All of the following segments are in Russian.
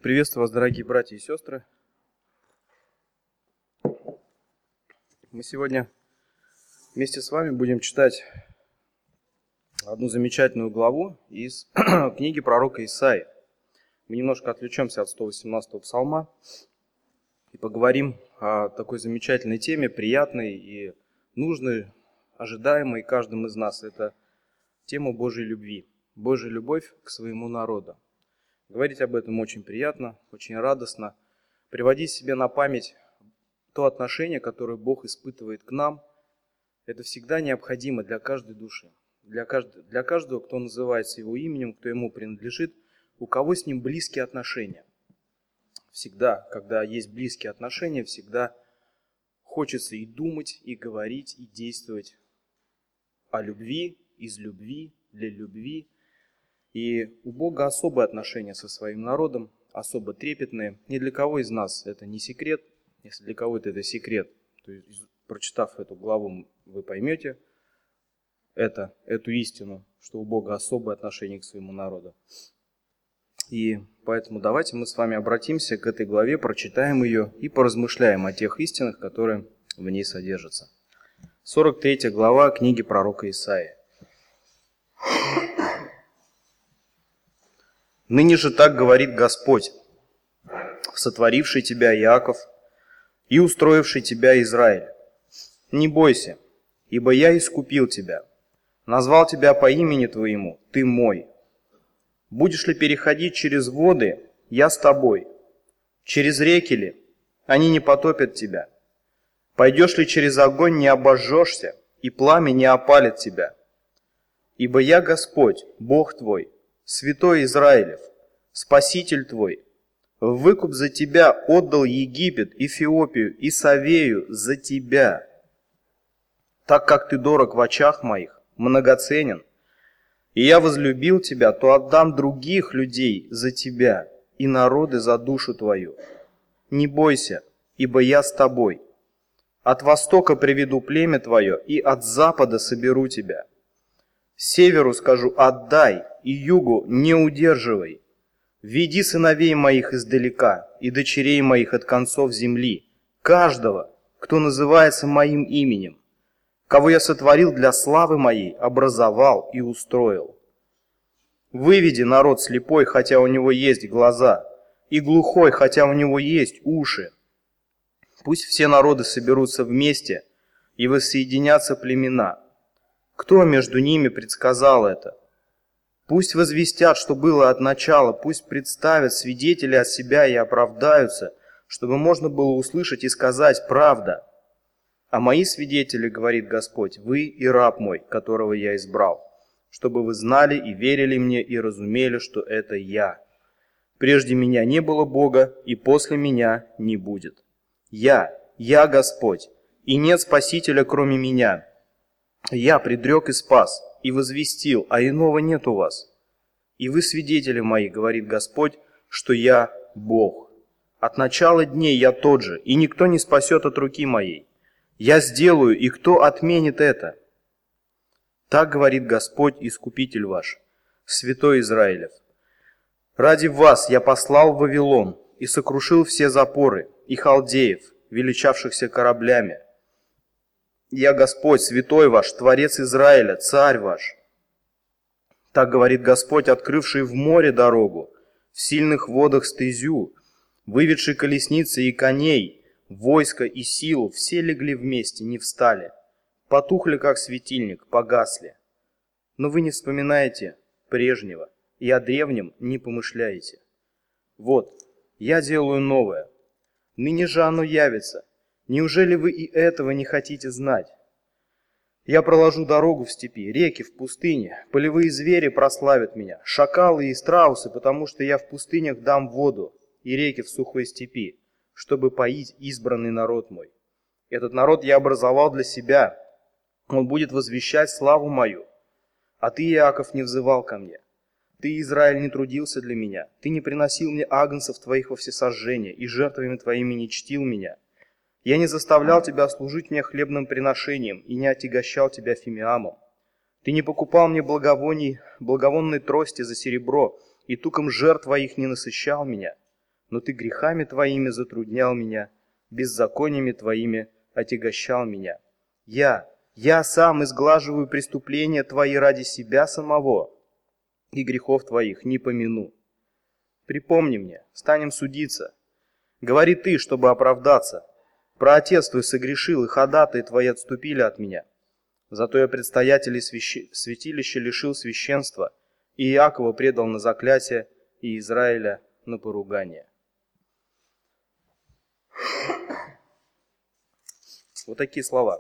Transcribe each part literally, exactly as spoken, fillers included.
Приветствую вас, дорогие братья и сестры. Мы сегодня вместе с вами будем читать одну замечательную главу из книги пророка Исаии. Мы немножко отвлечемся от сто восемнадцатого псалма и поговорим о такой замечательной теме, приятной и нужной, ожидаемой каждым из нас. Это тема Божьей любви, Божья любовь к своему народу. Говорить об этом очень приятно, очень радостно. Приводить себе на память то отношение, которое Бог испытывает к нам, это всегда необходимо для каждой души. Для каждого, для каждого, кто называется Его именем, кто Ему принадлежит, у кого с Ним близкие отношения. Всегда, когда есть близкие отношения, всегда хочется и думать, и говорить, и действовать о любви, из любви, для любви. И у Бога особые отношения со своим народом, особо трепетные. Ни для кого из нас это не секрет. Если для кого-то это секрет, то есть, прочитав эту главу, вы поймете это, эту истину, что у Бога особое отношение к своему народу. И поэтому давайте мы с вами обратимся к этой главе, прочитаем ее и поразмышляем о тех истинах, которые в ней содержатся. сорок третья глава книги пророка Исаии. «Ныне же так говорит Господь, сотворивший тебя, Иаков, и устроивший тебя, Израиль. Не бойся, ибо я искупил тебя, назвал тебя по имени твоему, ты мой. Будешь ли переходить через воды, я с тобой. Через реки ли, они не потопят тебя. Пойдешь ли через огонь, не обожжешься, и пламя не опалит тебя. Ибо я Господь, Бог твой, Святой Израилев, Спаситель твой. В выкуп за тебя отдал Египет, Эфиопию и Савею за тебя. Так как ты дорог в очах моих, многоценен, и я возлюбил тебя, то отдам других людей за тебя и народы за душу твою. Не бойся, ибо я с тобой. От востока приведу племя твое, и от запада соберу тебя. Северу скажу: отдай, и югу не удерживай. Веди сыновей моих издалека и дочерей моих от концов земли, каждого, кто называется моим именем, кого я сотворил для славы моей, образовал и устроил. Выведи народ слепой, хотя у него есть глаза, и глухой, хотя у него есть уши. Пусть все народы соберутся вместе и воссоединятся племена. Кто между ними предсказал это? Пусть возвестят, что было от начала, пусть представят свидетели от себя и оправдаются, чтобы можно было услышать и сказать: правда. А мои свидетели, говорит Господь, вы и раб мой, которого я избрал, чтобы вы знали и верили мне и разумели, что это я. Прежде меня не было Бога, и после меня не будет. Я, я Господь, и нет Спасителя, кроме меня. Я предрек и спас, и возвестил, а иного нет у вас. И вы свидетели мои, говорит Господь, что я Бог. От начала дней я тот же, и никто не спасет от руки моей. Я сделаю, и кто отменит это? Так говорит Господь, Искупитель ваш, Святой Израилев. Ради вас я послал в Вавилон и сокрушил все запоры и халдеев, величавшихся кораблями. Я Господь, Святой ваш, Творец Израиля, Царь ваш. Так говорит Господь, открывший в море дорогу, в сильных водах стезю, выведший колесницы и коней, войско и силу, все легли вместе, не встали, потухли, как светильник, погасли. Но вы не вспоминаете прежнего, и о древнем не помышляете. Вот, я делаю новое, ныне же оно явится. Неужели вы и этого не хотите знать? Я проложу дорогу в степи, реки в пустыне, полевые звери прославят меня, шакалы и страусы, потому что я в пустынях дам воду, и реки в сухой степи, чтобы поить избранный народ мой. Этот народ я образовал для себя, он будет возвещать славу мою. А ты, Иаков, не взывал ко мне. Ты, Израиль, не трудился для меня, ты не приносил мне агнцев твоих во всесожжение, и жертвами твоими не чтил меня. Я не заставлял тебя служить мне хлебным приношением и не отягощал тебя фимиамом. Ты не покупал мне благовоний, благовонной трости за серебро, и туком жертв твоих не насыщал меня. но Ты грехами Твоими затруднял меня, беззакониями Твоими отягощал меня. Я, я сам изглаживаю преступления Твои ради себя самого, и грехов Твоих не помяну. Припомни мне, станем судиться. Говори Ты, чтобы оправдаться. Праотец Твой согрешил, и ходатаи Твои отступили от меня. Зато я предстоятелей свящ... святилища лишил священства, и Иакова предал на заклятие, и Израиля на поругание. Вот такие слова.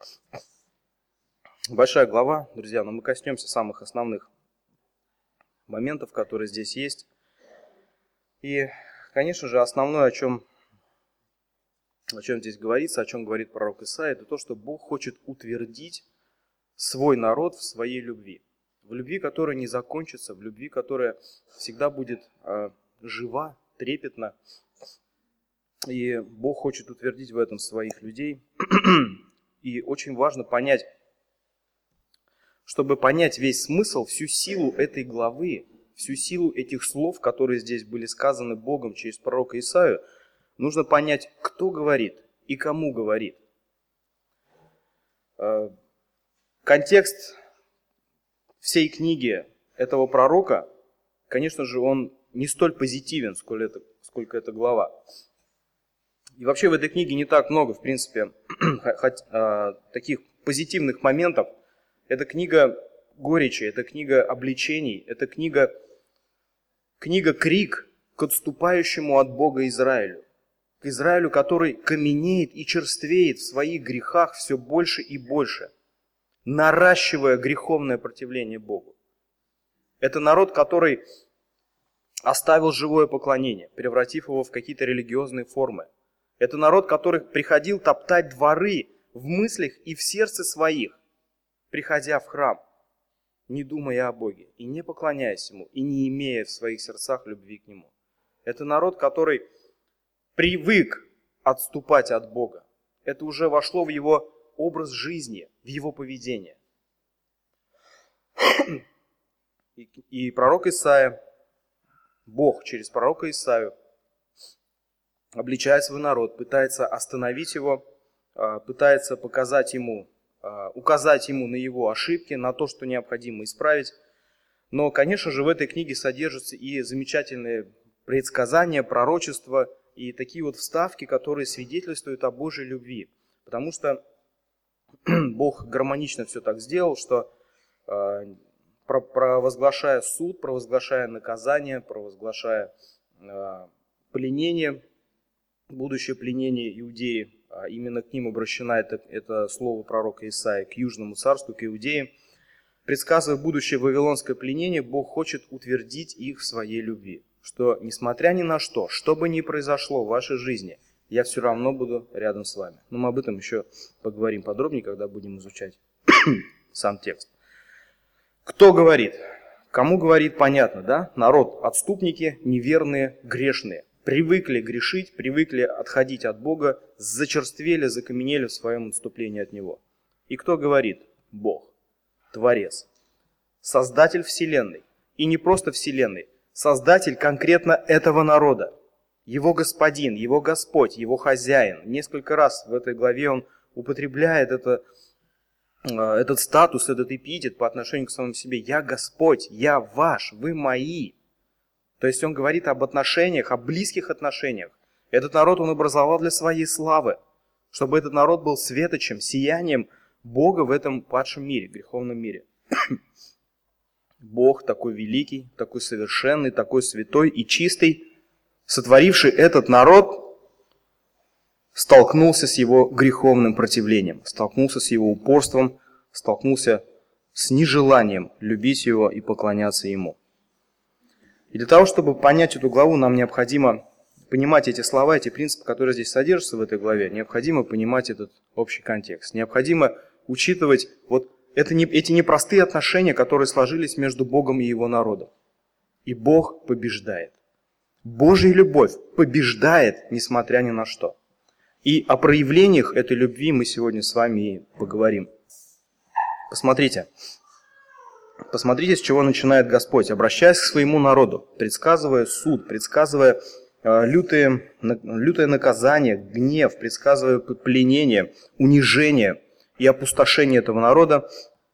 Большая глава, друзья, но мы коснемся самых основных моментов, которые здесь есть. И, конечно же, основное, о чем, о чем здесь говорится, о чем говорит пророк Исаия, это то, что Бог хочет утвердить свой народ в своей любви. В любви, которая не закончится, в любви, которая всегда будет э, жива, трепетна. И Бог хочет утвердить в этом своих людей. И очень важно понять, чтобы понять весь смысл, всю силу этой главы, всю силу этих слов, которые здесь были сказаны Богом через пророка Исаию, нужно понять, кто говорит и кому говорит. Контекст всей книги этого пророка, конечно же, он не столь позитивен, сколько это, сколько эта глава. И вообще в этой книге не так много, в принципе, таких позитивных моментов. Это книга горечи, это книга обличений, это книга, книга крик к отступающему от Бога Израилю. К Израилю, который каменеет и черствеет в своих грехах все больше и больше, наращивая греховное противление Богу. Это народ, который оставил живое поклонение, превратив его в какие-то религиозные формы. Это народ, который приходил топтать дворы в мыслях и в сердце своих, приходя в храм, не думая о Боге, и не поклоняясь Ему, и не имея в своих сердцах любви к Нему. Это народ, который привык отступать от Бога. Это уже вошло в его образ жизни, в его поведение. И, и пророк Исаия, Бог через пророка Исаию, обличает свой народ, пытается остановить его, пытается показать ему, указать ему на его ошибки, на то, что необходимо исправить. Но, конечно же, в этой книге содержатся и замечательные предсказания, пророчества, и такие вот вставки, которые свидетельствуют о Божьей любви. Потому что Бог гармонично все так сделал, что провозглашая суд, провозглашая наказание, провозглашая пленение, будущее пленение Иудеи, а именно к ним обращено это, это слово пророка Исаии, к Южному царству, к Иудеям. Предсказывая будущее вавилонское пленение, Бог хочет утвердить их в своей любви. Что, несмотря ни на что, что бы ни произошло в вашей жизни, я все равно буду рядом с вами. Но мы об этом еще поговорим подробнее, когда будем изучать сам текст. Кто говорит? Кому говорит, понятно, да? Народ, отступники, неверные, грешные. Привыкли грешить, привыкли отходить от Бога, зачерствели, закаменели в своем отступлении от Него. И кто говорит? Бог, Творец, Создатель Вселенной. И не просто Вселенной, Создатель конкретно этого народа. Его Господин, Его Господь, Его Хозяин. Несколько раз в этой главе он употребляет это, этот статус, этот эпитет по отношению к самому себе. Я Господь, я ваш, вы мои. То есть он говорит об отношениях, о близких отношениях. Этот народ он образовал для своей славы, чтобы этот народ был светочем, сиянием Бога в этом падшем мире, греховном мире. Бог такой великий, такой совершенный, такой святой и чистый, сотворивший этот народ, столкнулся с его греховным противлением, столкнулся с его упорством, столкнулся с нежеланием любить его и поклоняться ему. И для того, чтобы понять эту главу, нам необходимо понимать эти слова, эти принципы, которые здесь содержатся в этой главе, необходимо понимать этот общий контекст. Необходимо учитывать вот это не, эти непростые отношения, которые сложились между Богом и Его народом. И Бог побеждает. Божья любовь побеждает, несмотря ни на что. И о проявлениях этой любви мы сегодня с вами и поговорим. Посмотрите. Посмотрите, с чего начинает Господь, обращаясь к своему народу, предсказывая суд, предсказывая лютые, лютое наказание, гнев, предсказывая пленение, унижение и опустошение этого народа,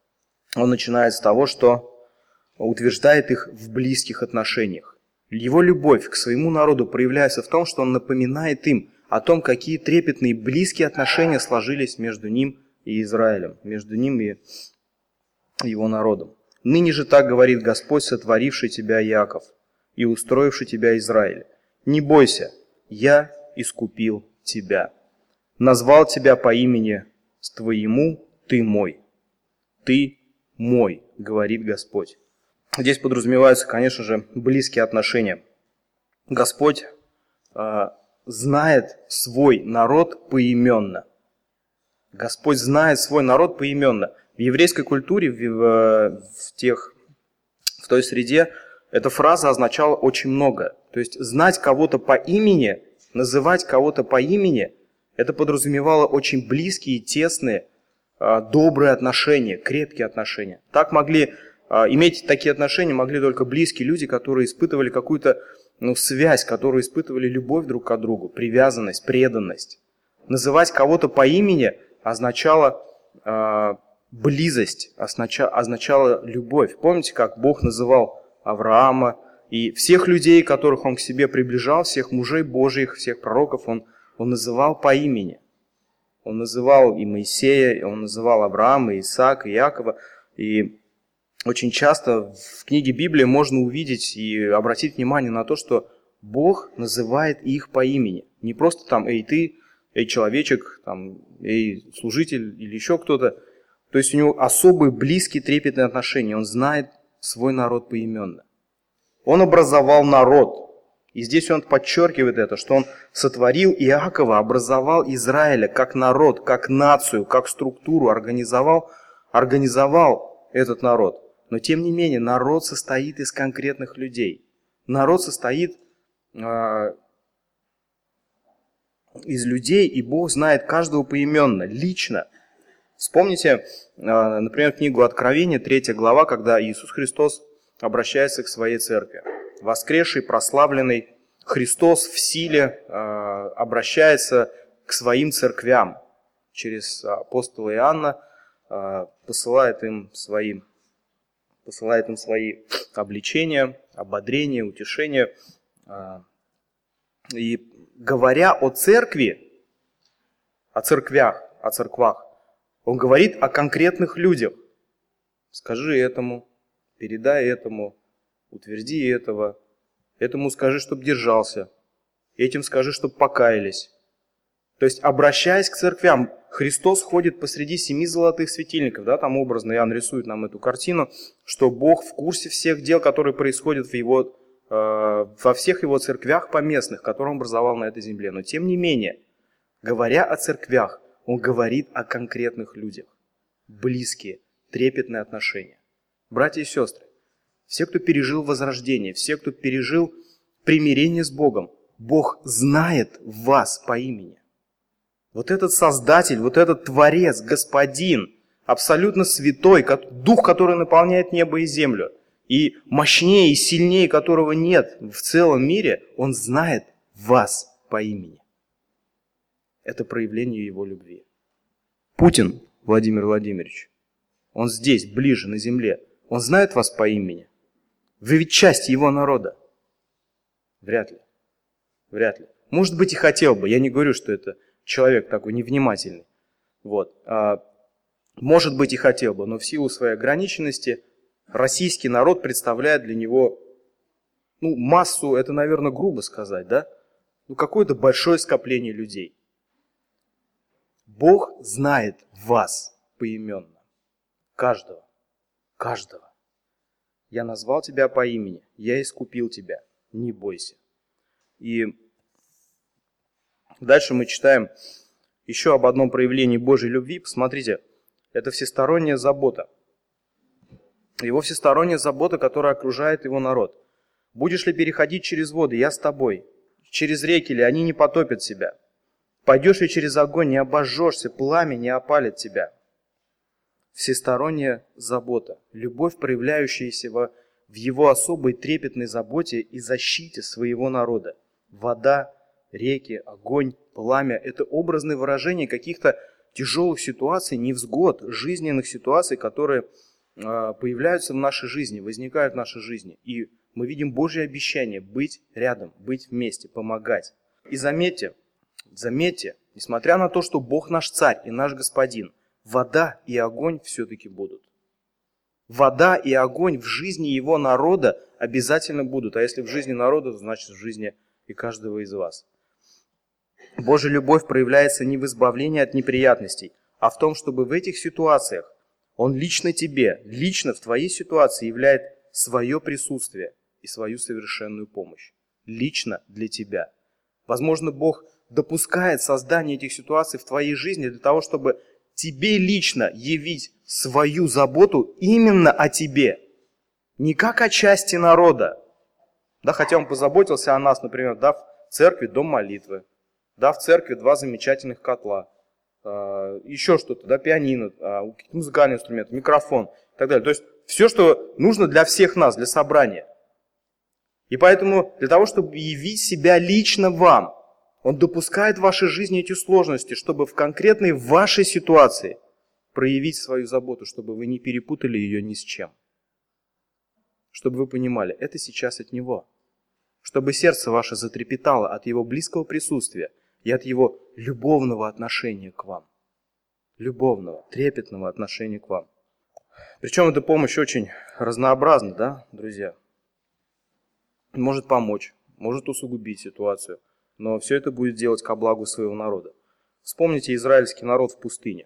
он начинает с того, что утверждает их в близких отношениях. Его любовь к своему народу проявляется в том, что он напоминает им о том, какие трепетные близкие отношения сложились между ним и Израилем, между ним и его народом. «Ныне же так говорит Господь, сотворивший тебя, Иаков, и устроивший тебя, Израиль. Не бойся, я искупил тебя, назвал тебя по имени твоему, ты мой. Ты мой, говорит Господь». Здесь подразумеваются, конечно же, близкие отношения. Господь э, знает свой народ поименно. Господь знает свой народ поименно. В еврейской культуре, в, в, в, тех, в той среде, эта фраза означала очень много. То есть знать кого-то по имени, называть кого-то по имени, это подразумевало очень близкие, тесные, э, добрые отношения, крепкие отношения. Так могли... Иметь такие отношения могли только близкие люди, которые испытывали какую-то ну, связь, которые испытывали любовь друг к другу, привязанность, преданность. Называть кого-то по имени означало э, близость, означало, означало любовь. Помните, как Бог называл Авраама и всех людей, которых Он к себе приближал, всех мужей Божьих, всех пророков, Он, он называл по имени. Он называл и Моисея, Он называл Авраама, и Исаака, и Иакова, и очень часто в книге Библии можно увидеть и обратить внимание на то, что Бог называет их по имени. Не просто там «эй ты», «эй человечек», там, «эй служитель» или еще кто-то. То есть у него особые, близкие, трепетные отношения. Он знает свой народ поименно. Он образовал народ. И здесь он подчеркивает это, что он сотворил Иакова, образовал Израиля как народ, как нацию, как структуру, организовал, организовал этот народ. Но тем не менее, народ состоит из конкретных людей. Народ состоит э, из людей, и Бог знает каждого поименно, лично. Вспомните, э, например, книгу Откровения, третья глава, когда Иисус Христос обращается к своей церкви. Воскресший, прославленный Христос в силе э, обращается к своим церквям. Через апостола Иоанна э, посылает им свои посылает им свои обличения, ободрения, утешения. И говоря о церкви, о церквях, о церквах, он говорит о конкретных людях. Скажи этому, передай этому, утверди этого, этому скажи, чтоб держался, этим скажи, чтоб покаялись. То есть, обращаясь к церквям, Христос ходит посреди семи золотых светильников, да, там образно Иоанн рисует нам эту картину, что Бог в курсе всех дел, которые происходят в его, э, во всех его церквях поместных, которые он образовал на этой земле. Но тем не менее, говоря о церквях, он говорит о конкретных людях, близкие, трепетные отношения. Братья и сестры, все, кто пережил возрождение, все, кто пережил примирение с Богом, Бог знает вас по имени. Вот этот Создатель, вот этот Творец, Господин, абсолютно святой, Дух, который наполняет небо и землю, и мощнее и сильнее которого нет в целом мире, Он знает вас по имени. Это проявление Его любви. Путин Владимир Владимирович, он здесь, ближе, на земле, он знает вас по имени? Вы ведь часть Его народа. Вряд ли. Вряд ли. Может быть, и хотел бы. Я не говорю, что это человек такой невнимательный. Вот. Может быть, и хотел бы, но в силу своей ограниченности российский народ представляет для него, ну, массу, это, наверное, грубо сказать, да? Ну, какое-то большое скопление людей. Бог знает вас поименно. Каждого. Каждого. Я назвал тебя по имени. Я искупил тебя. Не бойся. И дальше мы читаем еще об одном проявлении Божьей любви. Посмотрите, это всесторонняя забота. Его всесторонняя забота, которая окружает его народ. «Будешь ли переходить через воды? Я с тобой. Через реки ли? Они не потопят тебя. Пойдешь ли через огонь? Не обожжешься, пламя не опалит тебя». Всесторонняя забота. Любовь, проявляющаяся в его особой трепетной заботе и защите своего народа. Вода, реки, огонь, пламя – это образные выражения каких-то тяжелых ситуаций, невзгод, жизненных ситуаций, которые э, появляются в нашей жизни, возникают в нашей жизни. И мы видим Божье обещание быть рядом, быть вместе, помогать. И заметьте, заметьте, несмотря на то, что Бог наш царь и наш господин, вода и огонь все-таки будут. Вода и огонь в жизни его народа обязательно будут. А если в жизни народа, то значит в жизни и каждого из вас. Божья любовь проявляется не в избавлении от неприятностей, а в том, чтобы в этих ситуациях Он лично тебе, лично в твоей ситуации являет свое присутствие и свою совершенную помощь. Лично для тебя. Возможно, Бог допускает создание этих ситуаций в твоей жизни для того, чтобы тебе лично явить свою заботу именно о тебе. Не как о части народа. Да, хотя Он позаботился о нас, например, дав церкви дом молитвы, дав церкви два замечательных котла, э, еще что-то, да, пианино, э, музыкальный инструмент, микрофон и так далее. То есть все, что нужно для всех нас, для собрания. И поэтому для того, чтобы явить себя лично вам, Он допускает в вашей жизни эти сложности, чтобы в конкретной вашей ситуации проявить свою заботу, чтобы вы не перепутали ее ни с чем. Чтобы вы понимали, это сейчас от Него. Чтобы сердце ваше затрепетало от Его близкого присутствия и от Его любовного отношения к вам. Любовного, трепетного отношения к вам. Причем эта помощь очень разнообразна, да, друзья? Может помочь, может усугубить ситуацию. Но все это будет делать ко благу своего народа. Вспомните израильский народ в пустыне.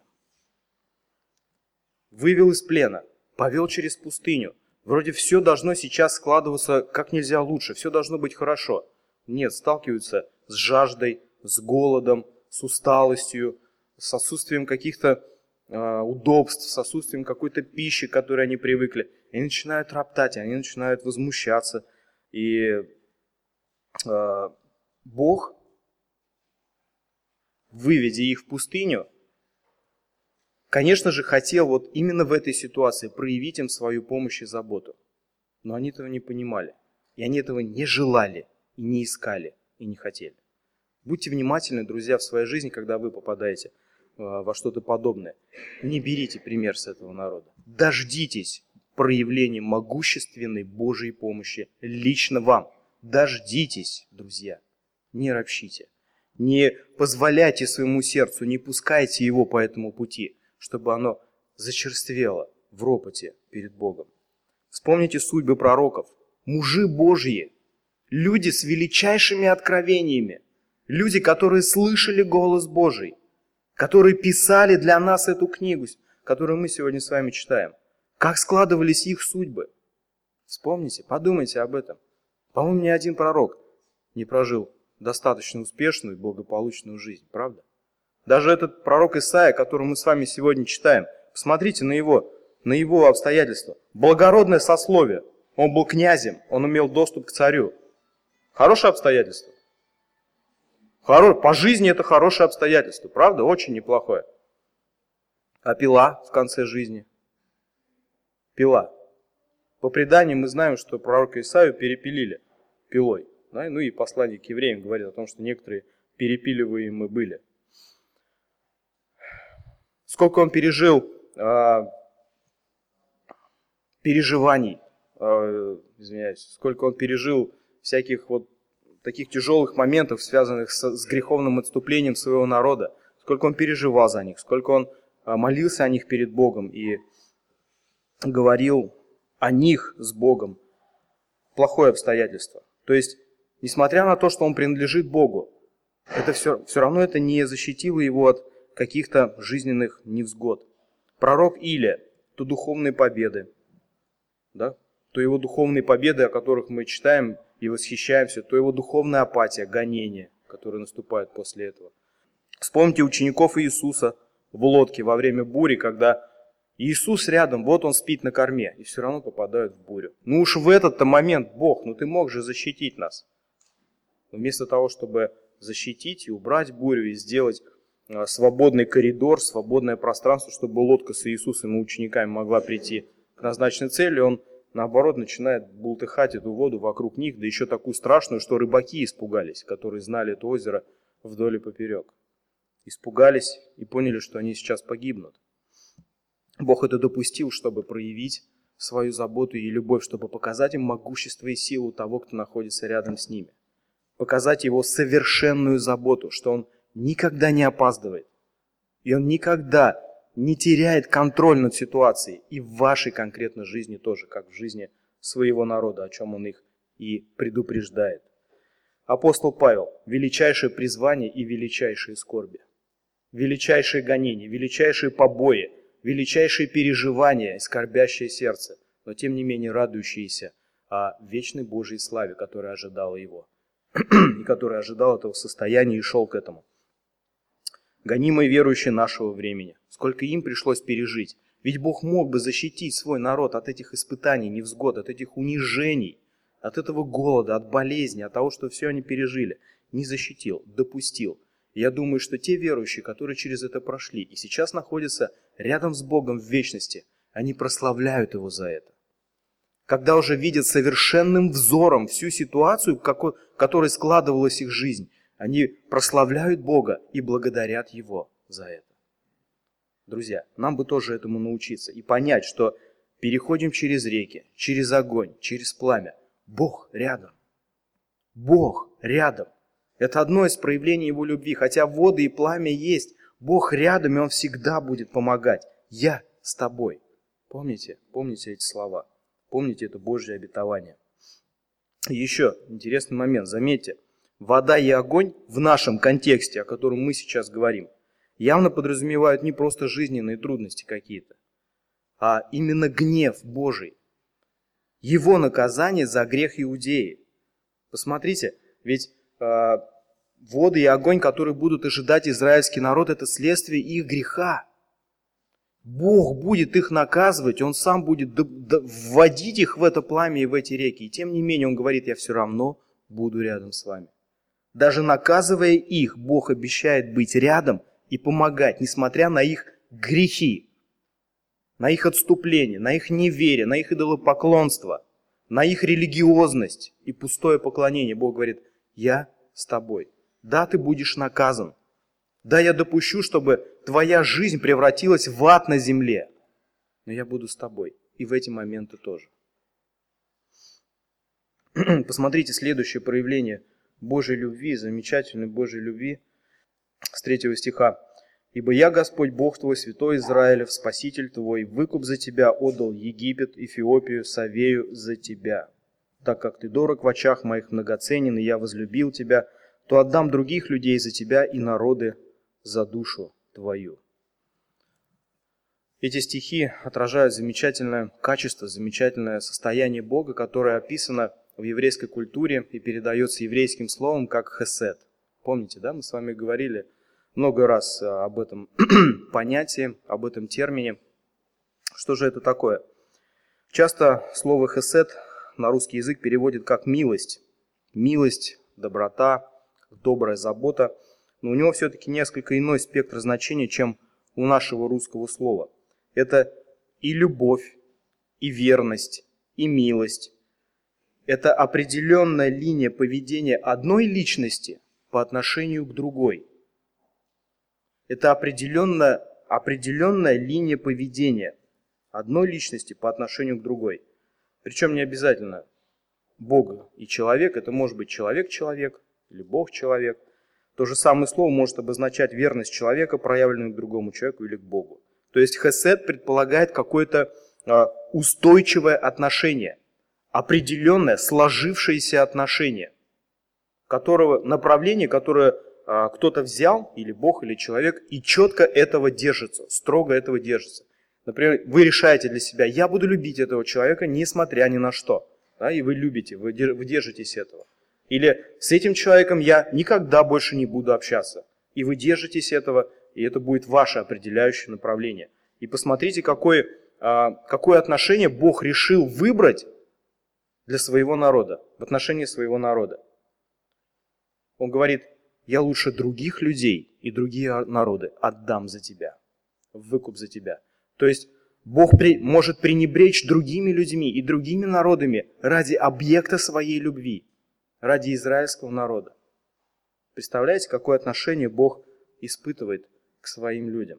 Вывел из плена, повел через пустыню. Вроде все должно сейчас складываться как нельзя лучше, все должно быть хорошо. Нет, сталкиваются с жаждой, с голодом, с усталостью, с отсутствием каких-то э, удобств, с отсутствием какой-то пищи, к которой они привыкли. И они начинают роптать, они начинают возмущаться. И э, Бог, выведя их в пустыню, конечно же, хотел вот именно в этой ситуации проявить им свою помощь и заботу. Но они этого не понимали. И они этого не желали, и не искали, и не хотели. Будьте внимательны, друзья, в своей жизни, когда вы попадаете во что-то подобное. Не берите пример с этого народа. Дождитесь проявления могущественной Божьей помощи лично вам. Дождитесь, друзья. Не ропщите. Не позволяйте своему сердцу, не пускайте его по этому пути, чтобы оно зачерствело в ропоте перед Богом. Вспомните судьбы пророков. Мужи Божьи, люди с величайшими откровениями, люди, которые слышали голос Божий, которые писали для нас эту книгу, которую мы сегодня с вами читаем. Как складывались их судьбы? Вспомните, подумайте об этом. По-моему, ни один пророк не прожил достаточно успешную и благополучную жизнь, правда? Даже этот пророк Исаия, который мы с вами сегодня читаем, посмотрите на его, на его обстоятельства. Благородное сословие. Он был князем, он имел доступ к царю. Хорошее обстоятельство. Хоро... По жизни это хорошее обстоятельство, правда? Очень неплохое. А Пила в конце жизни? Пила. По преданию мы знаем, что пророка Исаию перепилили пилой. Да? Ну и послание к евреям говорит о том, что некоторые перепиливаемые были. Сколько он пережил э, переживаний, э, извиняюсь, сколько он пережил всяких вот таких тяжелых моментов, связанных с, с греховным отступлением своего народа, сколько он переживал за них, сколько он э, молился о них перед Богом и говорил о них с Богом. Плохое обстоятельство. То есть, несмотря на то, что он принадлежит Богу, это все, все равно это не защитило его от каких-то жизненных невзгод. Пророк Илия, то духовные победы, да? То его духовные победы, о которых мы читаем и восхищаемся, то его духовная апатия, гонение, которые наступают после этого. Вспомните учеников Иисуса в лодке во время бури, когда Иисус рядом, вот он спит на корме, и все равно попадают в бурю. Ну уж в этот-то момент, Бог, ну ты мог же защитить нас. Но вместо того, чтобы защитить и убрать бурю, и сделать свободный коридор, свободное пространство, чтобы лодка с Иисусом и учениками могла прийти к назначенной цели, он наоборот, начинает бултыхать эту воду вокруг них, да еще такую страшную, что рыбаки испугались, которые знали это озеро вдоль и поперек. Испугались и поняли, что они сейчас погибнут. Бог это допустил, чтобы проявить свою заботу и любовь, чтобы показать им могущество и силу того, кто находится рядом с ними. Показать его совершенную заботу, что он никогда не опаздывает. И он никогда не теряет контроль над ситуацией. И в вашей конкретной жизни тоже, как в жизни своего народа, о чем он их и предупреждает. Апостол Павел. Величайшее призвание и величайшие скорби. Величайшие гонения, величайшие побои, величайшие переживания и скорбящее сердце, но тем не менее радующиеся о вечной Божьей славе, которая ожидала его. И который ожидал этого состояния и шел к этому. Гонимые верующие нашего времени. Сколько им пришлось пережить. Ведь Бог мог бы защитить свой народ от этих испытаний, невзгод, от этих унижений, от этого голода, от болезни, от того, что все они пережили. Не защитил, допустил. Я думаю, что те верующие, которые через это прошли и сейчас находятся рядом с Богом в вечности, они прославляют Его за это. Когда уже видят совершенным взором всю ситуацию, в которой складывалась их жизнь, они прославляют Бога и благодарят Его за это. Друзья, нам бы тоже этому научиться и понять, что переходим через реки, через огонь, через пламя. Бог рядом. Бог рядом. Это одно из проявлений Его любви. Хотя воды и пламя есть, Бог рядом, и Он всегда будет помогать. Я с тобой. Помните? Помните эти слова? Помните это Божье обетование? И еще интересный момент. Заметьте, вода и огонь в нашем контексте, о котором мы сейчас говорим, явно подразумевают не просто жизненные трудности какие-то, а именно гнев Божий. Его наказание за грех Иудеи. Посмотрите, ведь э, воды и огонь, которые будут ожидать израильский народ, это следствие их греха. Бог будет их наказывать, Он сам будет вводить их в это пламя и в эти реки. И тем не менее Он говорит, я все равно буду рядом с вами. Даже наказывая их, Бог обещает быть рядом и помогать, несмотря на их грехи, на их отступление, на их неверие, на их идолопоклонство, на их религиозность и пустое поклонение. Бог говорит, я с тобой. Да, ты будешь наказан. Да, я допущу, чтобы твоя жизнь превратилась в ад на земле. Но я буду с тобой. И в эти моменты тоже. Посмотрите следующее проявление Божьей любви, замечательной Божьей любви с третьего стиха. «Ибо я, Господь Бог твой, святой Израилев, Спаситель твой, выкуп за тебя отдал Египет, Эфиопию, Савею за тебя. Так как ты дорог в очах моих, многоценен, и я возлюбил тебя, то отдам других людей за тебя и народы за душу твою». Эти стихи отражают замечательное качество, замечательное состояние Бога, которое описано в еврейской культуре и передается еврейским словом как хесед. Помните, да, мы с вами говорили много раз об этом понятии, об этом термине. Что же это такое? Часто слово хесед на русский язык переводит как милость. Милость, доброта, добрая забота. Но у него все-таки несколько иной спектр значения, чем у нашего русского слова. Это и любовь, и верность, и милость. Это определенная линия поведения одной личности по отношению к другой. Это определенная, определенная линия поведения одной личности по отношению к другой. Причем не обязательно Бог и человек. Это может быть человек-человек или Бог-человек. То же самое слово может обозначать верность человека, проявленную к другому человеку или к Богу. То есть хесед предполагает какое-то а, устойчивое отношение, определенное сложившееся отношение, которого, направление, которое а, кто-то взял, или Бог, или человек, и четко этого держится, строго этого держится. Например, вы решаете для себя, я буду любить этого человека, несмотря ни на что. Да, и вы любите, вы держитесь этого. Или с этим человеком я никогда больше не буду общаться. И вы держитесь этого, и это будет ваше определяющее направление. И посмотрите, какое, какое отношение Бог решил выбрать для своего народа, в отношении своего народа. Он говорит, я лучше других людей и другие народы отдам за тебя, в выкуп за тебя. То есть Бог при, может пренебречь другими людьми и другими народами ради объекта своей любви, ради израильского народа. Представляете, какое отношение Бог испытывает к своим людям?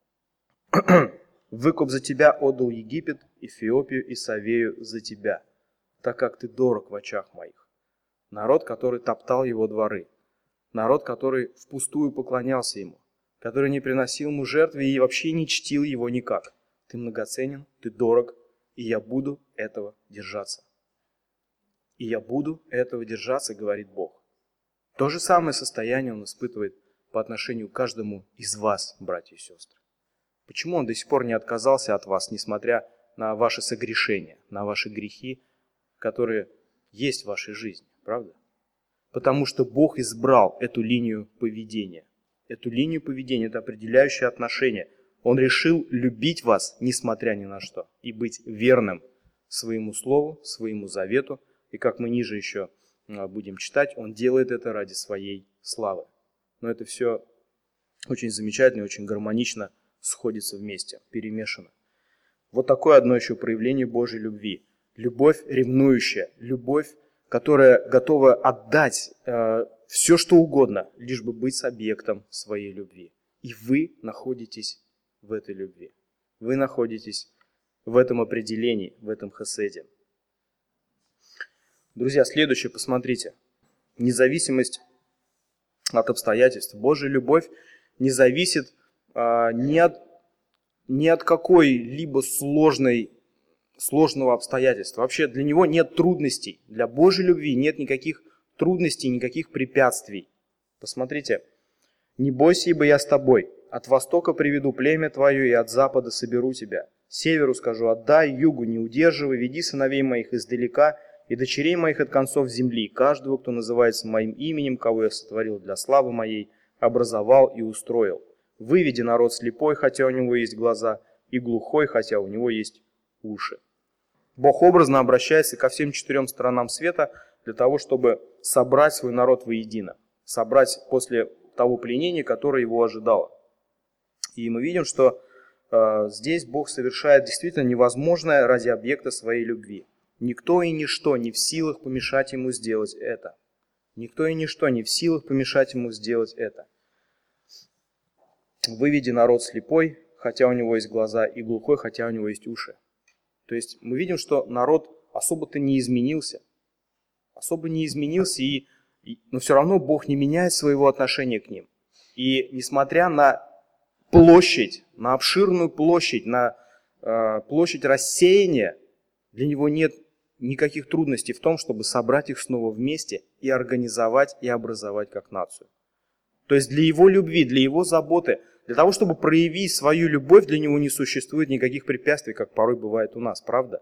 «Выкуп за тебя отдал Египет, Эфиопию и Савею за тебя, так как ты дорог в очах моих». Народ, который топтал его дворы. Народ, который впустую поклонялся ему, который не приносил ему жертвы и вообще не чтил его никак. Ты многоценен, ты дорог, и я буду этого держаться. И я буду этого держаться, говорит Бог. То же самое состояние Он испытывает по отношению к каждому из вас, братья и сестры. Почему Он до сих пор не отказался от вас, несмотря на ваши согрешения, на ваши грехи, которые есть в вашей жизни, правда? Потому что Бог избрал эту линию поведения. Эту линию поведения, это определяющее отношение. Он решил любить вас, несмотря ни на что, и быть верным своему слову, своему завету. И как мы ниже еще будем читать, Он делает это ради своей славы. Но это все очень замечательно и очень гармонично сходится вместе, перемешано. Вот такое одно еще проявление Божьей любви. Любовь ревнующая, любовь, которая готова отдать э, все, что угодно, лишь бы быть с объектом своей любви. И вы находитесь в этой любви. Вы находитесь в этом определении, в этом хеседе. Друзья, следующее, посмотрите. Независимость от обстоятельств. Божья любовь не зависит а, ни от, ни от какой-либо сложной, сложного обстоятельства. Вообще для него нет трудностей. Для Божьей любви нет никаких трудностей, никаких препятствий. Посмотрите. «Не бойся, ибо я с тобой. От востока приведу племя твое, и от запада соберу тебя. Северу скажу, отдай, югу не удерживай, веди сыновей моих издалека, и дочерей моих от концов земли, каждого, кто называется моим именем, кого я сотворил для славы моей, образовал и устроил. Выведи народ слепой, хотя у него есть глаза, и глухой, хотя у него есть уши». Бог образно обращается ко всем четырем сторонам света для того, чтобы собрать свой народ воедино, собрать после того пленения, которое его ожидало. И мы видим, что э, здесь Бог совершает действительно невозможное ради объекта своей любви. Никто и ничто не в силах помешать ему сделать это. Никто и ничто не в силах помешать ему сделать это. «Выведи народ слепой, хотя у него есть глаза, и глухой, хотя у него есть уши». То есть мы видим, что народ особо-то не изменился. Особо не изменился, и, и, но все равно Бог не меняет своего отношения к ним. И несмотря на площадь, на обширную площадь, на э, площадь рассеяния, для Него нет никаких трудностей в том, чтобы собрать их снова вместе и организовать и образовать как нацию. То есть для Его любви, для Его заботы, для того, чтобы проявить свою любовь, для Него не существует никаких препятствий, как порой бывает у нас, правда?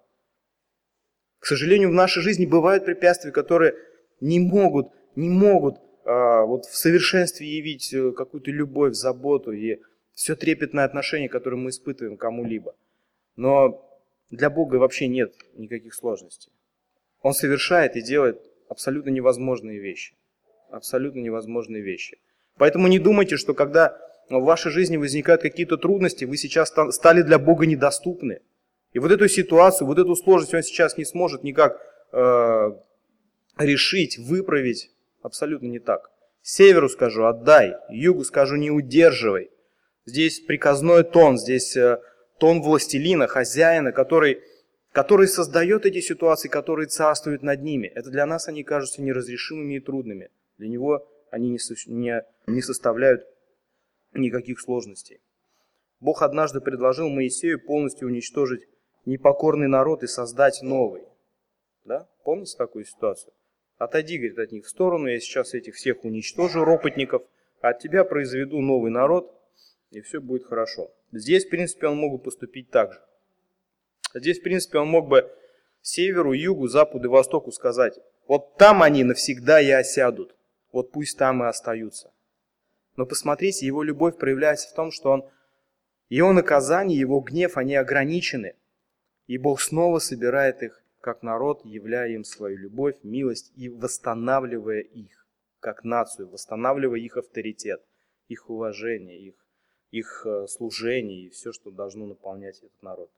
К сожалению, в нашей жизни бывают препятствия, которые не могут, не могут а, вот в совершенстве явить какую-то любовь, заботу и все трепетное отношение, которое мы испытываем к кому-либо. Но для Бога вообще нет никаких сложностей. Он совершает и делает абсолютно невозможные вещи. Абсолютно невозможные вещи. Поэтому не думайте, что когда в вашей жизни возникают какие-то трудности, вы сейчас стали для Бога недоступны. И вот эту ситуацию, вот эту сложность Он сейчас не сможет никак э, решить, выправить. Абсолютно не так. Северу скажу, отдай, югу скажу, не удерживай. Здесь приказной тон, здесь э, тон властелина, хозяина, который, который создает эти ситуации, который царствует над ними. Это для нас они кажутся неразрешимыми и трудными. Для Него они не, не, не составляют никаких сложностей. Бог однажды предложил Моисею полностью уничтожить непокорный народ и создать новый. Да? Помните такую ситуацию? Отойди, говорит, от них в сторону, я сейчас этих всех уничтожу, ропотников, а от тебя произведу новый народ, и все будет хорошо. Здесь, в принципе, он мог бы поступить так же. Здесь, в принципе, он мог бы северу, югу, западу и востоку сказать, вот там они навсегда и осядут, вот пусть там и остаются. Но посмотрите, его любовь проявляется в том, что он, его наказание, его гнев, они ограничены. И Бог снова собирает их как народ, являя им свою любовь, милость и восстанавливая их как нацию, восстанавливая их авторитет, их уважение, их, их служение и все, что должно наполнять этот народ.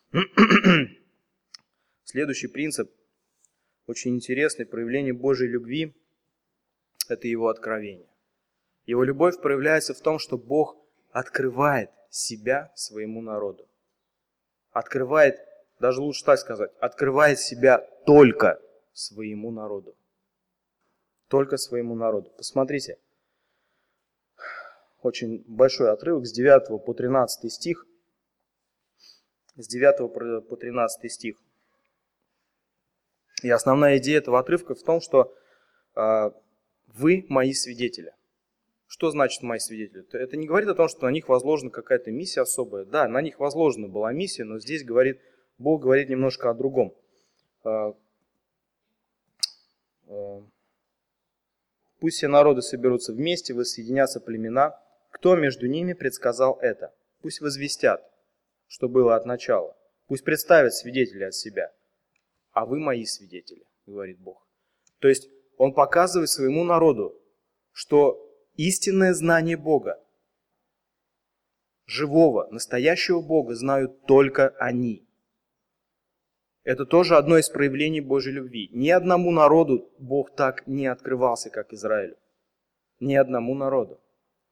Следующий принцип, очень интересный, проявление Божьей любви – это Его откровение. Его любовь проявляется в том, что Бог открывает себя своему народу. Открывает, даже лучше так сказать, открывает себя только своему народу. Только своему народу. Посмотрите, очень большой отрывок с девятого по тринадцатый стих. С девятого по тринадцатый стих. И основная идея этого отрывка в том, что э, вы мои свидетели. Что значит мои свидетели? Это не говорит о том, что на них возложена какая-то миссия особая. Да, на них возложена была миссия, но здесь говорит, Бог говорит немножко о другом. Э, э, Пусть все народы соберутся вместе, воссоединятся племена. Кто между ними предсказал это? Пусть возвестят, что было от начала. Пусть представят свидетелей от себя. А вы мои свидетели, говорит Бог. То есть Он показывает своему народу, что истинное знание Бога, живого, настоящего Бога, знают только они. Это тоже одно из проявлений Божьей любви. Ни одному народу Бог так не открывался, как Израилю. Ни одному народу.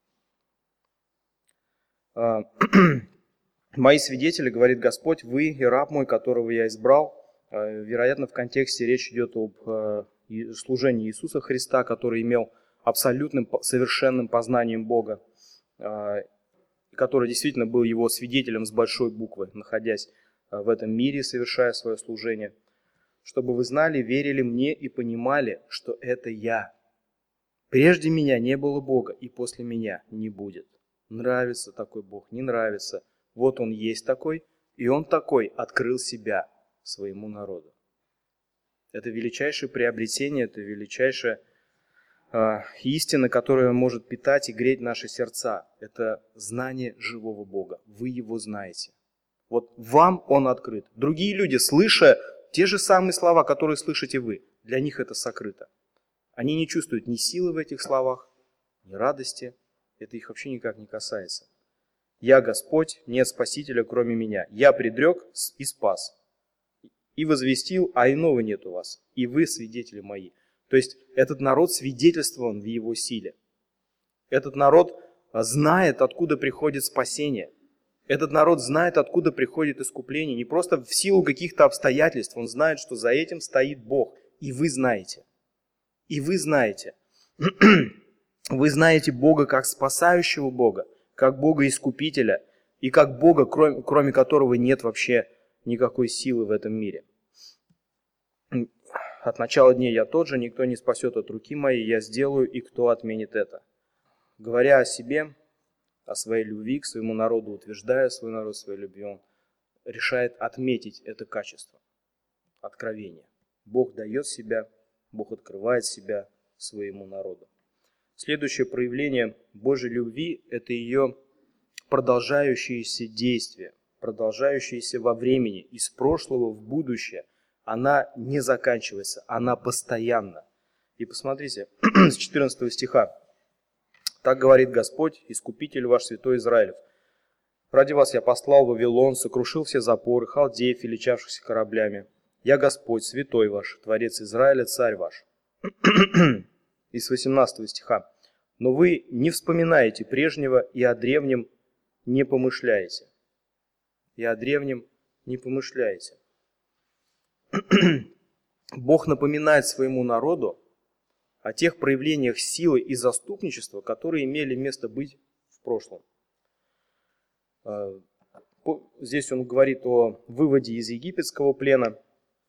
Мои свидетели, говорит Господь, вы и раб мой, которого я избрал. Вероятно, в контексте речь идет об служении Иисуса Христа, который имел абсолютным, совершенным познанием Бога, который действительно был его свидетелем с большой буквы, находясь в этом мире, совершая свое служение. Чтобы вы знали, верили мне и понимали, что это я. Прежде меня не было Бога, и после меня не будет. Нравится такой Бог, не нравится. Вот Он есть такой, и Он такой открыл себя своему народу. Это величайшее приобретение, это величайшая э, истина, которая может питать и греть наши сердца. Это знание живого Бога. Вы Его знаете. Вот вам Он открыт. Другие люди, слыша те же самые слова, которые слышите вы, для них это сокрыто. Они не чувствуют ни силы в этих словах, ни радости. Это их вообще никак не касается. Я Господь, нет Спасителя, кроме меня. Я предрек и спас. И возвестил, а иного нет у вас. И вы свидетели мои. То есть этот народ свидетельствован в его силе. Этот народ знает, откуда приходит спасение. Этот народ знает, откуда приходит искупление. Не просто в силу каких-то обстоятельств. Он знает, что за этим стоит Бог. И вы знаете. И вы знаете. Вы знаете Бога как спасающего Бога, как Бога-искупителя, и как Бога, кроме, кроме которого нет вообще никакой силы в этом мире. От начала дней я тот же, никто не спасет от руки моей, я сделаю, и кто отменит это. Говоря о себе, о своей любви к своему народу, утверждая свой народ своей любви, он решает отметить это качество, откровение. Бог дает себя, Бог открывает себя своему народу. Следующее проявление Божьей любви – это ее продолжающиеся действия, продолжающиеся во времени, из прошлого в будущее. Она не заканчивается, она постоянна. И посмотрите, с четырнадцатого стиха. «Так говорит Господь, Искупитель ваш, Святой Израилев. Ради вас я послал в Вавилон, сокрушил все запоры, халдеев, величавшихся кораблями. Я Господь, Святой ваш, Творец Израиля, Царь ваш». И с восемнадцатого стиха. «Но вы не вспоминаете прежнего и о древнем не помышляете». И о древнем не помышляете. Бог напоминает своему народу о тех проявлениях силы и заступничества, которые имели место быть в прошлом. Здесь он говорит о выводе из египетского плена,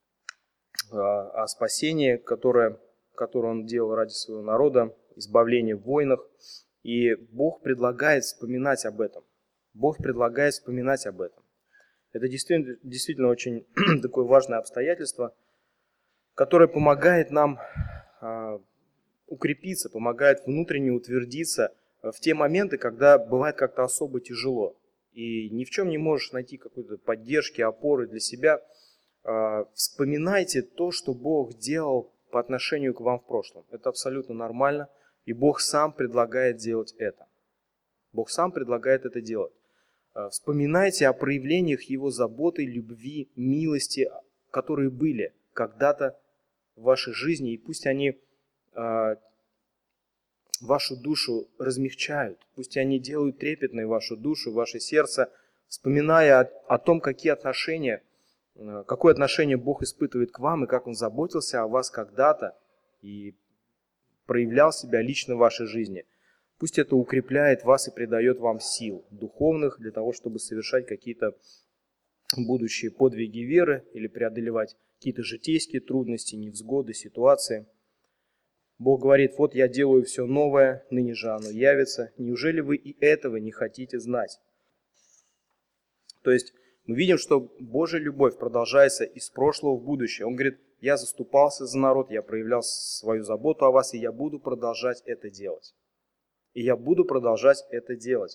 о спасении, которое, которое он делал ради своего народа, избавление в войнах. И Бог предлагает вспоминать об этом. Бог предлагает вспоминать об этом. Это действительно, действительно очень такое важное обстоятельство, которое помогает нам а, укрепиться, помогает внутренне утвердиться в те моменты, когда бывает как-то особо тяжело. И ни в чем не можешь найти какой-то поддержки, опоры для себя. А, вспоминайте то, что Бог делал по отношению к вам в прошлом. Это абсолютно нормально. И Бог сам предлагает делать это. Бог сам предлагает это делать. Вспоминайте о проявлениях Его заботы, любви, милости, которые были когда-то в вашей жизни, и пусть они э, вашу душу размягчают, пусть они делают трепетной вашу душу, ваше сердце, вспоминая о, о том, какие отношения, э, какое отношение Бог испытывает к вам, и как Он заботился о вас когда-то и проявлял себя лично в вашей жизни. Пусть это укрепляет вас и придает вам сил духовных для того, чтобы совершать какие-то будущие подвиги веры или преодолевать какие-то житейские трудности, невзгоды, ситуации. Бог говорит: вот я делаю все новое, ныне же оно явится. Неужели вы и этого не хотите знать? То есть мы видим, что Божья любовь продолжается из прошлого в будущее. Он говорит: я заступался за народ, я проявлял свою заботу о вас, и я буду продолжать это делать. И я буду продолжать это делать.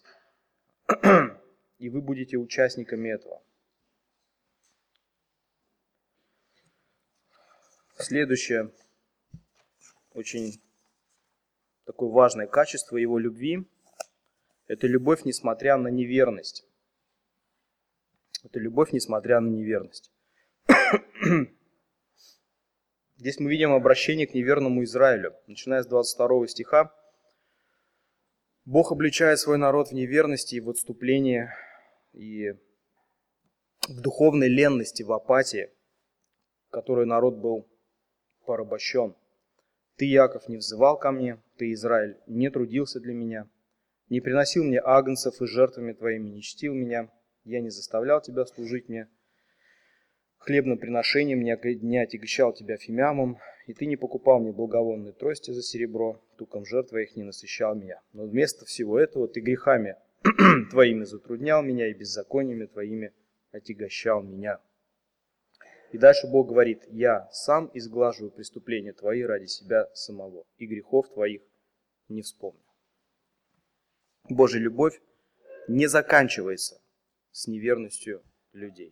И вы будете участниками этого. Следующее, очень такое важное качество Его любви, это любовь, несмотря на неверность. Это любовь, несмотря на неверность. Здесь мы видим обращение к неверному Израилю. Начиная с двадцать второго стиха. Бог обличает свой народ в неверности и в отступлении, и в духовной ленности, в апатии, которой народ был порабощен. Ты, Яков, не взывал ко мне, ты, Израиль, не трудился для меня, не приносил мне агнцев и жертвами твоими не чтил меня, я не заставлял тебя служить мне, хлебным приношением не отягощал тебя фимиамом, и ты не покупал мне благовонные трости за серебро, туком жертв твоих не насыщал меня. Но вместо всего этого ты грехами твоими затруднял меня и беззакониями твоими отягощал меня. И дальше Бог говорит: я сам изглаживаю преступления твои ради себя самого, и грехов твоих не вспомню. Божья любовь не заканчивается с неверностью людей.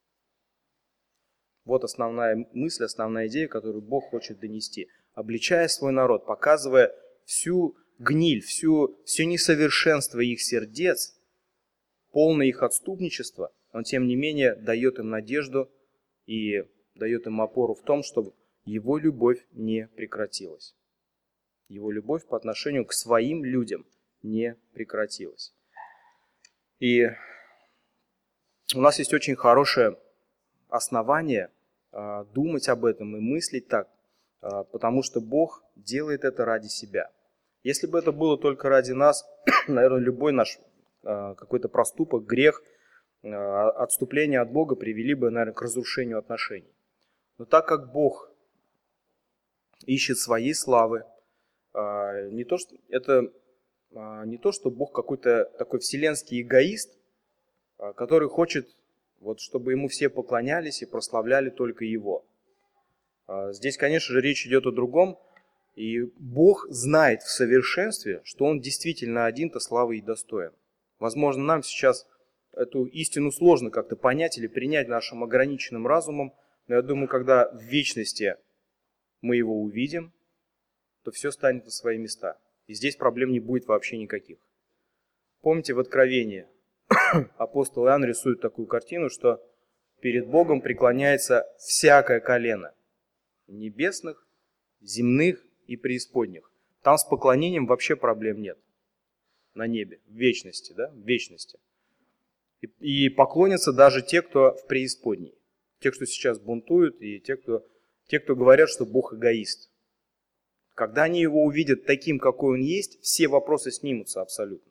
Вот основная мысль, основная идея, которую Бог хочет донести. Обличая свой народ, показывая всю гниль, всю, все несовершенство их сердец, полное их отступничество, Он, тем не менее, дает им надежду и дает им опору в том, чтобы Его любовь не прекратилась. Его любовь по отношению к своим людям не прекратилась. И у нас есть очень хорошее основание думать об этом и мыслить так, потому что Бог делает это ради себя. Если бы это было только ради нас, наверное, любой наш какой-то проступок, грех, отступление от Бога привели бы, наверное, к разрушению отношений. Но так как Бог ищет своей славы, не то, что, это не то, что Бог какой-то такой вселенский эгоист, который хочет, вот, чтобы Ему все поклонялись и прославляли только Его. Здесь, конечно же, речь идет о другом. И Бог знает в совершенстве, что Он действительно один-то славы и достоин. Возможно, нам сейчас эту истину сложно как-то понять или принять нашим ограниченным разумом, но я думаю, когда в вечности мы Его увидим, то все станет на свои места. И здесь проблем не будет вообще никаких. Помните, в Откровении апостол Иоанн рисует такую картину, что перед Богом преклоняется всякое колено небесных, земных и преисподних. Там с поклонением вообще проблем нет. На небе, в вечности, да, в вечности. И, и поклонятся даже те, кто в преисподней. Те, кто сейчас бунтуют, и те, кто, те, кто говорят, что Бог эгоист. Когда они Его увидят таким, какой Он есть, все вопросы снимутся абсолютно.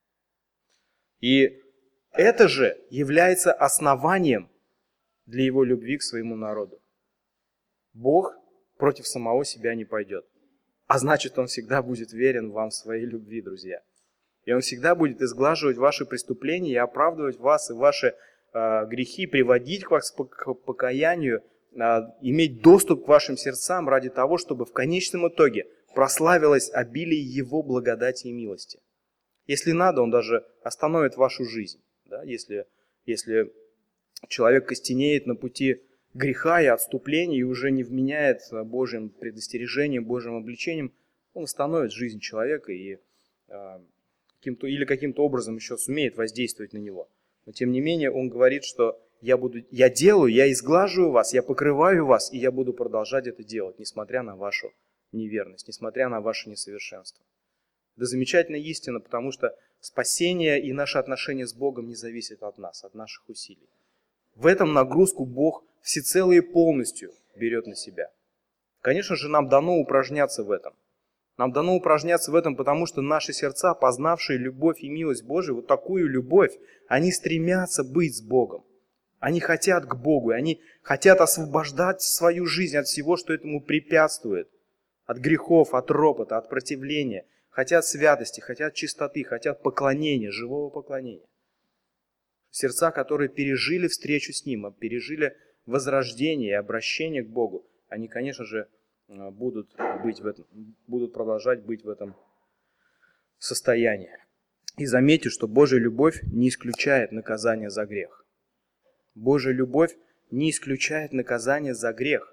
И это же является основанием для Его любви к своему народу. Бог против самого себя не пойдет. А значит, Он всегда будет верен вам в своей любви, друзья. И Он всегда будет изглаживать ваши преступления и оправдывать вас и ваши э, грехи, приводить вас к покаянию, э, иметь доступ к вашим сердцам ради того, чтобы в конечном итоге прославилось обилие Его благодати и милости. Если надо, Он даже остановит вашу жизнь. Да? Если, если человек костенеет на пути греха и отступления и уже не вменяет Божьим предостережением, Божьим обличением, Он остановит жизнь человека, и э, каким-то, или каким-то образом еще сумеет воздействовать на него. Но тем не менее он говорит, что я, буду, я делаю, я изглаживаю вас, я покрываю вас, и я буду продолжать это делать, несмотря на вашу неверность, несмотря на ваше несовершенство. Это замечательная истина, потому что спасение и наши отношения с Богом не зависят от нас, от наших усилий. В этом нагрузку Бог всецело и полностью берет на себя. Конечно же, нам дано упражняться в этом. Нам дано упражняться в этом, потому что наши сердца, познавшие любовь и милость Божию, вот такую любовь, они стремятся быть с Богом. Они хотят к Богу, и они хотят освобождать свою жизнь от всего, что этому препятствует. От грехов, от ропота, от противления. Хотят святости, хотят чистоты, хотят поклонения, живого поклонения. Сердца, которые пережили встречу с Ним, пережили возрождение и обращение к Богу, они, конечно же, будут, быть в этом, будут продолжать быть в этом состоянии. И заметьте, что Божья любовь не исключает наказание за грех. Божья любовь не исключает наказание за грех.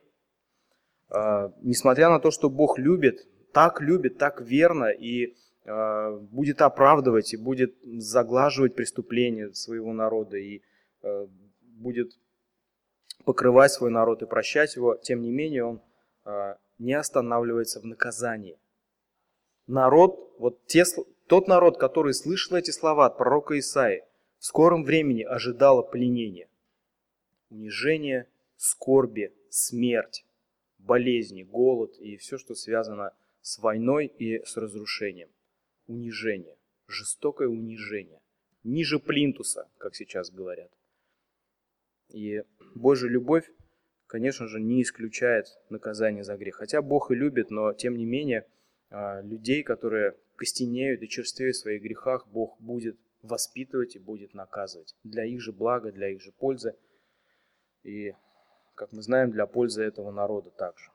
А, несмотря на то, что Бог любит, так любит, так верно и а, будет оправдывать, и будет заглаживать преступления своего народа, и а, будет покрывать свой народ и прощать его, тем не менее Он а, не останавливается в наказании. Народ, вот те, тот народ, который слышал эти слова от пророка Исаии, в скором времени ожидало пленения, унижение, скорби, смерть, болезни, голод и все, что связано с войной и с разрушением. Унижение, жестокое унижение, ниже плинтуса, как сейчас говорят. И Божья любовь, конечно же, не исключает наказание за грех. Хотя Бог и любит, но тем не менее людей, которые костенеют и черствеют в своих грехах, Бог будет воспитывать и будет наказывать. Для их же блага, для их же пользы. И, как мы знаем, для пользы этого народа также.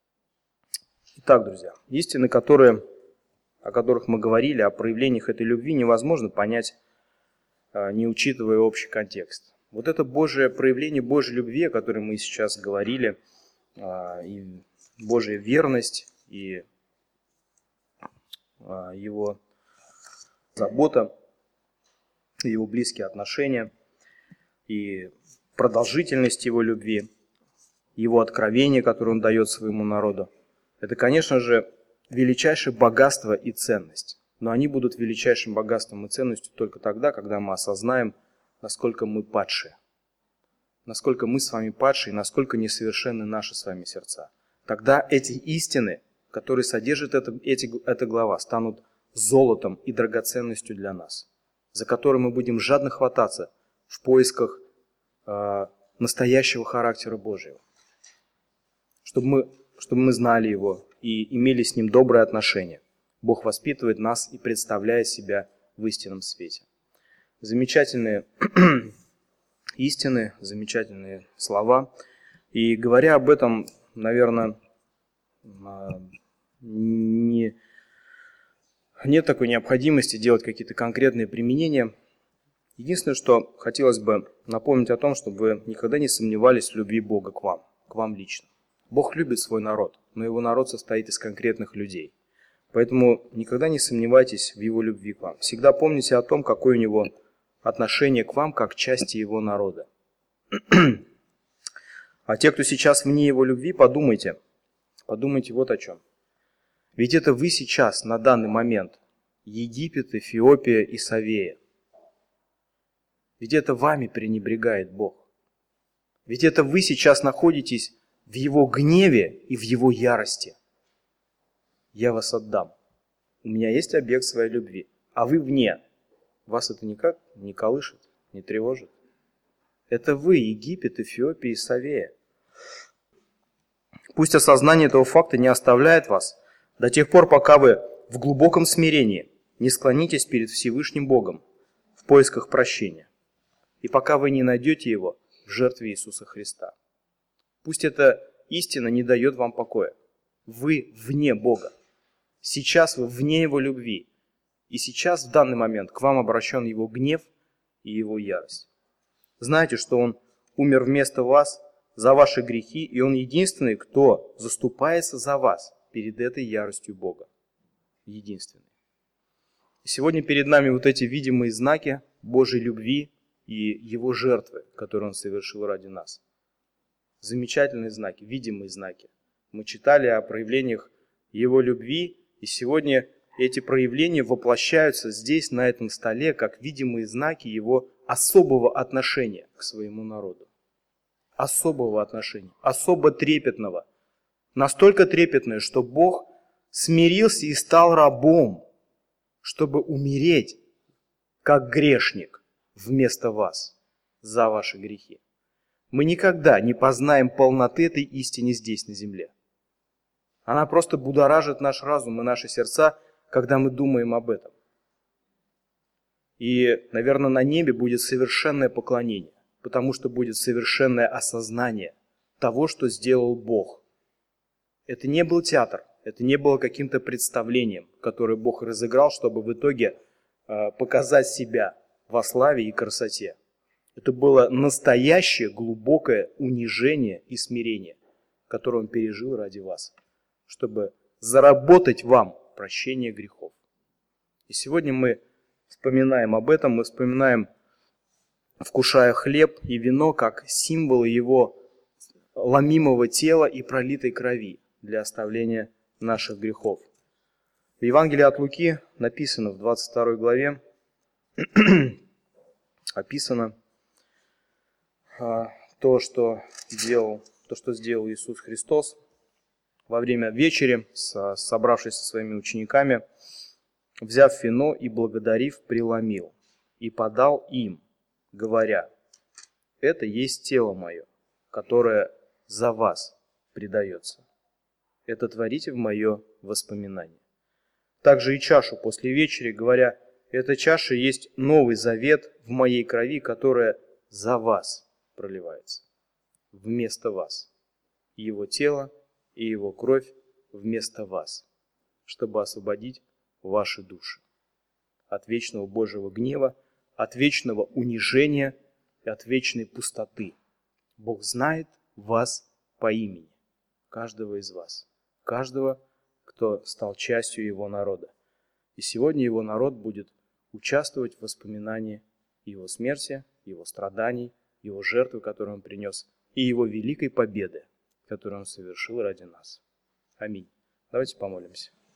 Итак, друзья, истины, которые, о которых мы говорили, о проявлениях этой любви, невозможно понять, не учитывая общий контекст. Вот это Божие проявление Божьей любви, о которой мы сейчас говорили, и Божья верность, и Его забота, и Его близкие отношения, и продолжительность Его любви, Его откровение, которое Он дает своему народу. Это, конечно же, величайшее богатство и ценность. Но они будут величайшим богатством и ценностью только тогда, когда мы осознаем, насколько мы падшие. Насколько мы с вами падшие, насколько несовершенны наши с вами сердца. Тогда эти истины, которые содержит эта, эти, эта глава, станут золотом и драгоценностью для нас, за которые мы будем жадно хвататься в поисках э, настоящего характера Божьего. Чтобы мы, чтобы мы знали Его и имели с Ним добрые отношения. Бог воспитывает нас и представляет себя в истинном свете. Замечательные истины, замечательные слова. И говоря об этом, наверное, не, нет такой необходимости делать какие-то конкретные применения. Единственное, что хотелось бы напомнить о том, чтобы вы никогда не сомневались в любви Бога к вам, к вам лично. Бог любит свой народ, но Его народ состоит из конкретных людей. Поэтому никогда не сомневайтесь в Его любви к вам. Всегда помните о том, какое у Него отношение к вам, как к части Его народа. А те, кто сейчас вне Его любви, подумайте. Подумайте вот о чем. Ведь это вы сейчас, на данный момент, Египет, Эфиопия и Савея. Ведь это вами пренебрегает Бог. Ведь это вы сейчас находитесь в Его гневе и в Его ярости. Я вас отдам. У меня есть объект своей любви, а вы вне. Вас это никак не колышет, не тревожит. Это вы, Египет, Эфиопия и Савея. Пусть осознание этого факта не оставляет вас до тех пор, пока вы в глубоком смирении не склонитесь перед Всевышним Богом в поисках прощения, и пока вы не найдете Его в жертве Иисуса Христа. Пусть эта истина не дает вам покоя. Вы вне Бога. Сейчас вы вне Его любви. И сейчас, в данный момент, к вам обращен Его гнев и Его ярость. Знайте, что Он умер вместо вас за ваши грехи, и Он единственный, кто заступается за вас перед этой яростью Бога. Единственный. И сегодня перед нами вот эти видимые знаки Божьей любви и Его жертвы, которую Он совершил ради нас. Замечательные знаки, видимые знаки. Мы читали о проявлениях Его любви, и сегодня эти проявления воплощаются здесь, на этом столе, как видимые знаки Его особого отношения к своему народу. Особого отношения, особо трепетного. Настолько трепетное, что Бог смирился и стал рабом, чтобы умереть, как грешник, вместо вас, за ваши грехи. Мы никогда не познаем полноты этой истины здесь, на земле. Она просто будоражит наш разум и наши сердца, когда мы думаем об этом. И, наверное, на небе будет совершенное поклонение, потому что будет совершенное осознание того, что сделал Бог. Это не был театр, это не было каким-то представлением, которое Бог разыграл, чтобы в итоге э, показать себя во славе и красоте. Это было настоящее глубокое унижение и смирение, которое Он пережил ради вас, чтобы заработать вам прощение грехов. И сегодня мы вспоминаем об этом, мы вспоминаем, вкушая хлеб и вино, как символы Его ломимого тела и пролитой крови для оставления наших грехов. В Евангелии от Луки написано в двадцать второй главе, описано а, то, что делал, то, что сделал Иисус Христос во время вечери, с, собравшись со своими учениками, взяв вино и благодарив, преломил и подал им, говоря: это есть тело мое, которое за вас предается. Это творите в мое воспоминание. Также и чашу после вечери, говоря: эта чаша есть новый завет в моей крови, которая за вас проливается, вместо вас. Его тело и Его кровь вместо вас, чтобы освободить ваши души от вечного Божьего гнева, от вечного унижения и от вечной пустоты. Бог знает вас по имени, каждого из вас, каждого, кто стал частью Его народа. И сегодня Его народ будет участвовать в воспоминании Его смерти, Его страданий, Его жертвы, которую Он принес, и Его великой победы, которую Он совершил ради нас. Аминь. Давайте помолимся.